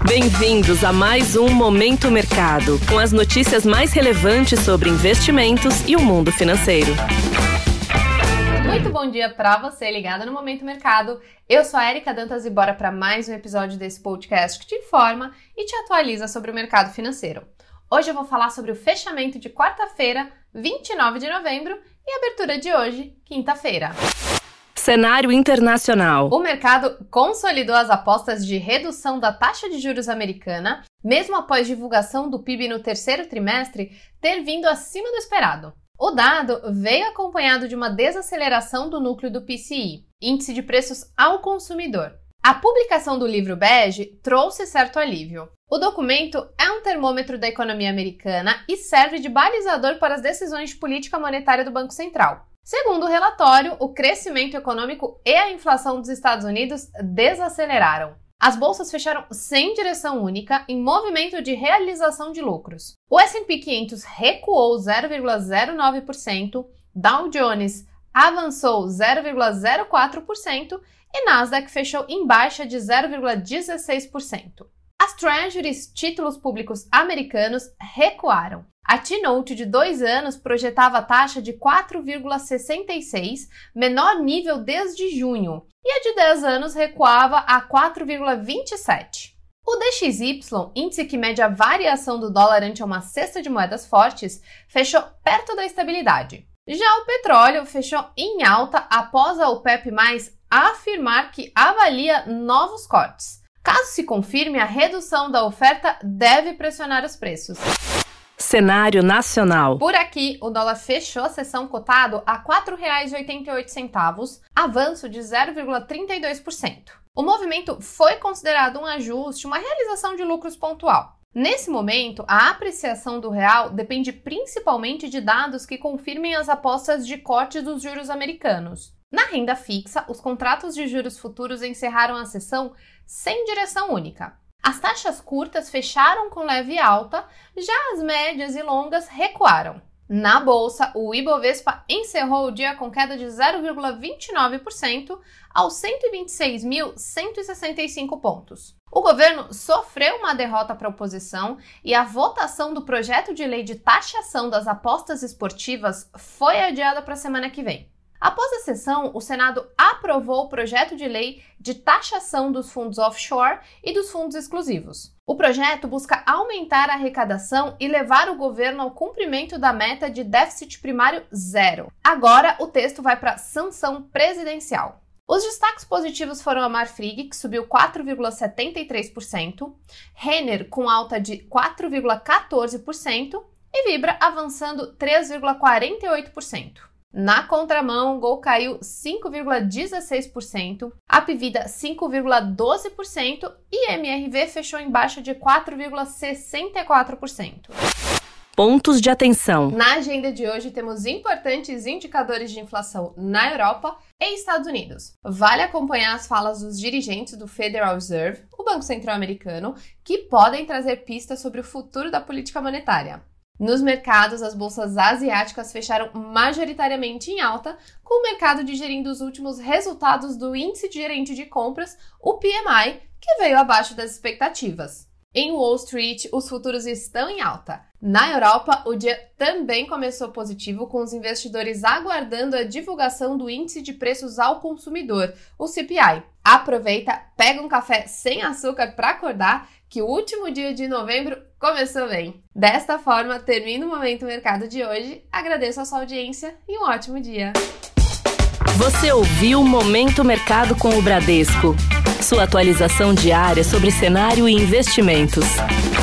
Bem-vindos a mais um Momento Mercado, com as notícias mais relevantes sobre investimentos e o mundo financeiro. Muito bom dia para você ligada no Momento Mercado. Eu sou a Erika Dantas e bora para mais um episódio desse podcast que te informa e te atualiza sobre o mercado financeiro. Hoje eu vou falar sobre o fechamento de quarta-feira, 29 de novembro, e a abertura de hoje, quinta-feira. Cenário internacional. O mercado consolidou as apostas de redução da taxa de juros americana, mesmo após divulgação do PIB no terceiro trimestre ter vindo acima do esperado. O dado veio acompanhado de uma desaceleração do núcleo do PCI, Índice de Preços ao Consumidor. A publicação do livro bege trouxe certo alívio. O documento é um termômetro da economia americana e serve de balizador para as decisões de política monetária do Banco Central. Segundo o relatório, o crescimento econômico e a inflação dos Estados Unidos desaceleraram. As bolsas fecharam sem direção única em movimento de realização de lucros. O S&P 500 recuou 0,09%, Dow Jones avançou 0,04% e Nasdaq fechou em baixa de 0,16%. As Treasuries, títulos públicos americanos, recuaram. A T-Note de 2 anos projetava a taxa de 4,66, menor nível desde junho, e a de 10 anos recuava a 4,27. O DXY, índice que mede a variação do dólar ante uma cesta de moedas fortes, fechou perto da estabilidade. Já o petróleo fechou em alta após a OPEP+, afirmar que avalia novos cortes. Caso se confirme, a redução da oferta deve pressionar os preços. Cenário nacional. Por aqui, o dólar fechou a sessão cotado a R$ 4,88, avanço de 0,32%. O movimento foi considerado um ajuste, uma realização de lucros pontual. Nesse momento, a apreciação do real depende principalmente de dados que confirmem as apostas de corte dos juros americanos. Na renda fixa, os contratos de juros futuros encerraram a sessão sem direção única. As taxas curtas fecharam com leve alta, já as médias e longas recuaram. Na bolsa, o Ibovespa encerrou o dia com queda de 0,29% aos 126.165 pontos. O governo sofreu uma derrota para a oposição e a votação do projeto de lei de taxação das apostas esportivas foi adiada para a semana que vem. Após a sessão, o Senado aprovou o projeto de lei de taxação dos fundos offshore e dos fundos exclusivos. O projeto busca aumentar a arrecadação e levar o governo ao cumprimento da meta de déficit primário zero. Agora, o texto vai para sanção presidencial. Os destaques positivos foram a Marfrig, que subiu 4,73%, Renner com alta de 4,14% e Vibra avançando 3,48%. Na contramão, o Gol caiu 5,16%, Apvida 5,12% e MRV fechou em baixa de 4,64%. Pontos de atenção. Na agenda de hoje temos importantes indicadores de inflação na Europa e Estados Unidos. Vale acompanhar as falas dos dirigentes do Federal Reserve, o Banco Central Americano, que podem trazer pistas sobre o futuro da política monetária. Nos mercados, as bolsas asiáticas fecharam majoritariamente em alta, com o mercado digerindo os últimos resultados do Índice de Gerente de Compras, o PMI, que veio abaixo das expectativas. Em Wall Street, os futuros estão em alta. Na Europa, o dia também começou positivo, com os investidores aguardando a divulgação do Índice de Preços ao Consumidor, o CPI. Aproveita, pega um café sem açúcar para acordar, que o último dia de novembro começou bem. Desta forma, termina o Momento Mercado de hoje. Agradeço a sua audiência e um ótimo dia. Você ouviu Momento Mercado com o Bradesco. Sua atualização diária sobre cenário e investimentos.